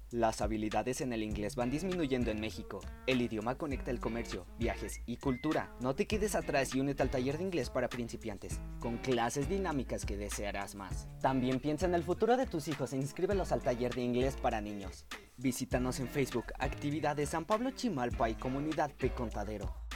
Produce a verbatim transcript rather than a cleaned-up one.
Las habilidades en el inglés van disminuyendo en México. El idioma conecta el comercio, viajes y cultura. No te quedes atrás y únete al taller de inglés para principiantes, con clases dinámicas que desearás más. También piensa en el futuro de tus hijos e inscríbelos al taller de inglés para niños. Visítanos en Facebook, Actividades San Pablo Chimalpa y Comunidad P. Contadero.